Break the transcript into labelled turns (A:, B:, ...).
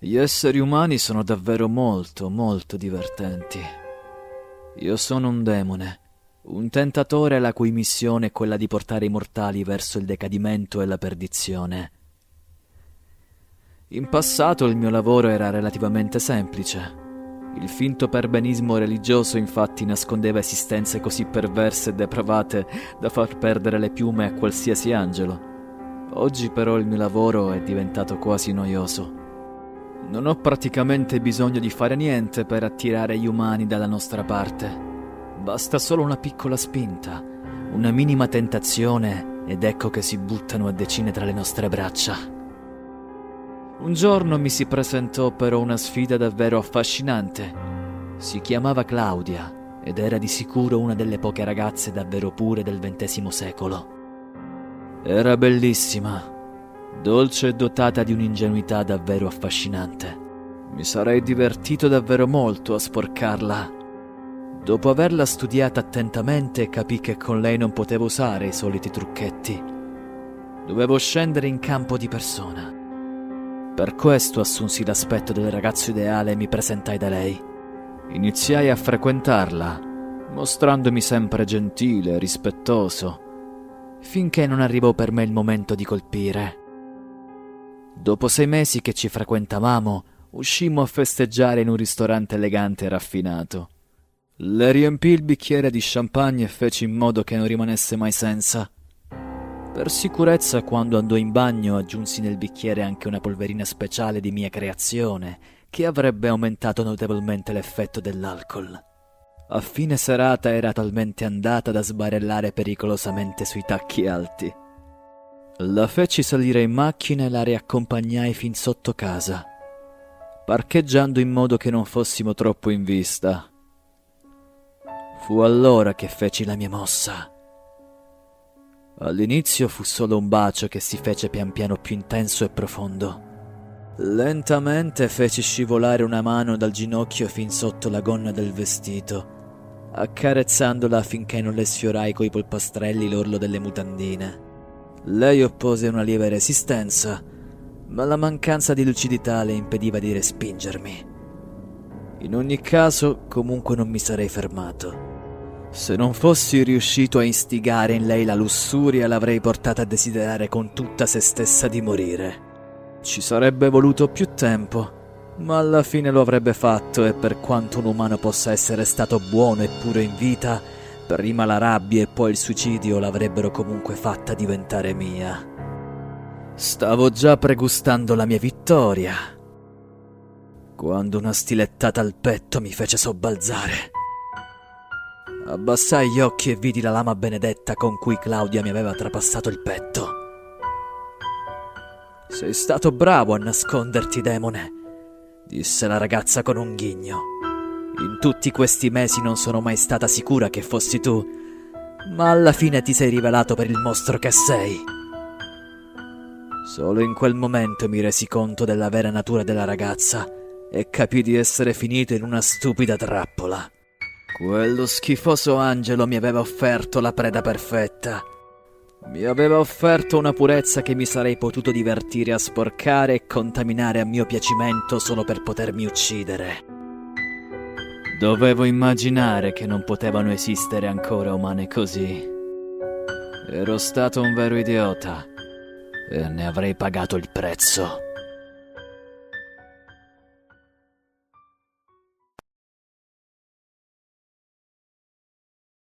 A: Gli esseri umani sono davvero molto, molto divertenti. Io sono un demone, un tentatore la cui missione è quella di portare i mortali verso il decadimento e la perdizione. In passato il mio lavoro era relativamente semplice. Il finto perbenismo religioso infatti nascondeva esistenze così perverse e depravate da far perdere le piume a qualsiasi angelo. Oggi però il mio lavoro è diventato quasi noioso. Non ho praticamente bisogno di fare niente per attirare gli umani dalla nostra parte. Basta solo una piccola spinta, una minima tentazione ed ecco che si buttano a decine tra le nostre braccia. Un giorno mi si presentò però una sfida davvero affascinante. Si chiamava Claudia ed era di sicuro una delle poche ragazze davvero pure del XX secolo. Era bellissima, dolce e dotata di un'ingenuità davvero affascinante. Mi sarei divertito davvero molto a sporcarla. Dopo averla studiata attentamente, capii che con lei non potevo usare i soliti trucchetti. Dovevo scendere in campo di persona. Per questo assunsi l'aspetto del ragazzo ideale e mi presentai da lei. Iniziai a frequentarla, mostrandomi sempre gentile e rispettoso, finché non arrivò per me il momento di colpire. Dopo 6 mesi che ci frequentavamo, uscimmo a festeggiare in un ristorante elegante e raffinato. Le riempì il bicchiere di champagne e feci in modo che non rimanesse mai senza. Per sicurezza, quando andò in bagno, aggiunsi nel bicchiere anche una polverina speciale di mia creazione, che avrebbe aumentato notevolmente l'effetto dell'alcol. A fine serata era talmente andata da sbarellare pericolosamente sui tacchi alti. La feci salire in macchina e la riaccompagnai fin sotto casa, parcheggiando in modo che non fossimo troppo in vista. Fu allora che feci la mia mossa. All'inizio fu solo un bacio che si fece pian piano più intenso e profondo. Lentamente feci scivolare una mano dal ginocchio fin sotto la gonna del vestito, accarezzandola finché non le sfiorai coi polpastrelli l'orlo delle mutandine. Lei oppose una lieve resistenza, ma la mancanza di lucidità le impediva di respingermi. In ogni caso, comunque non mi sarei fermato. Se non fossi riuscito a istigare in lei la lussuria, l'avrei portata a desiderare con tutta se stessa di morire. Ci sarebbe voluto più tempo, ma alla fine lo avrebbe fatto e per quanto un umano possa essere stato buono e puro in vita, prima la rabbia e poi il suicidio l'avrebbero comunque fatta diventare mia. Stavo già pregustando la mia vittoria, quando una stilettata al petto mi fece sobbalzare. Abbassai gli occhi e vidi la lama benedetta con cui Claudia mi aveva trapassato il petto. «Sei stato bravo a nasconderti, demone», disse la ragazza con un ghigno. «In tutti questi mesi non sono mai stata sicura che fossi tu, ma alla fine ti sei rivelato per il mostro che sei». Solo in quel momento mi resi conto della vera natura della ragazza e capii di essere finito in una stupida trappola. Quello schifoso angelo mi aveva offerto la preda perfetta. Mi aveva offerto una purezza che mi sarei potuto divertire a sporcare e contaminare a mio piacimento solo per potermi uccidere. Dovevo immaginare che non potevano esistere ancora umane così. Ero stato un vero idiota e ne avrei pagato il prezzo.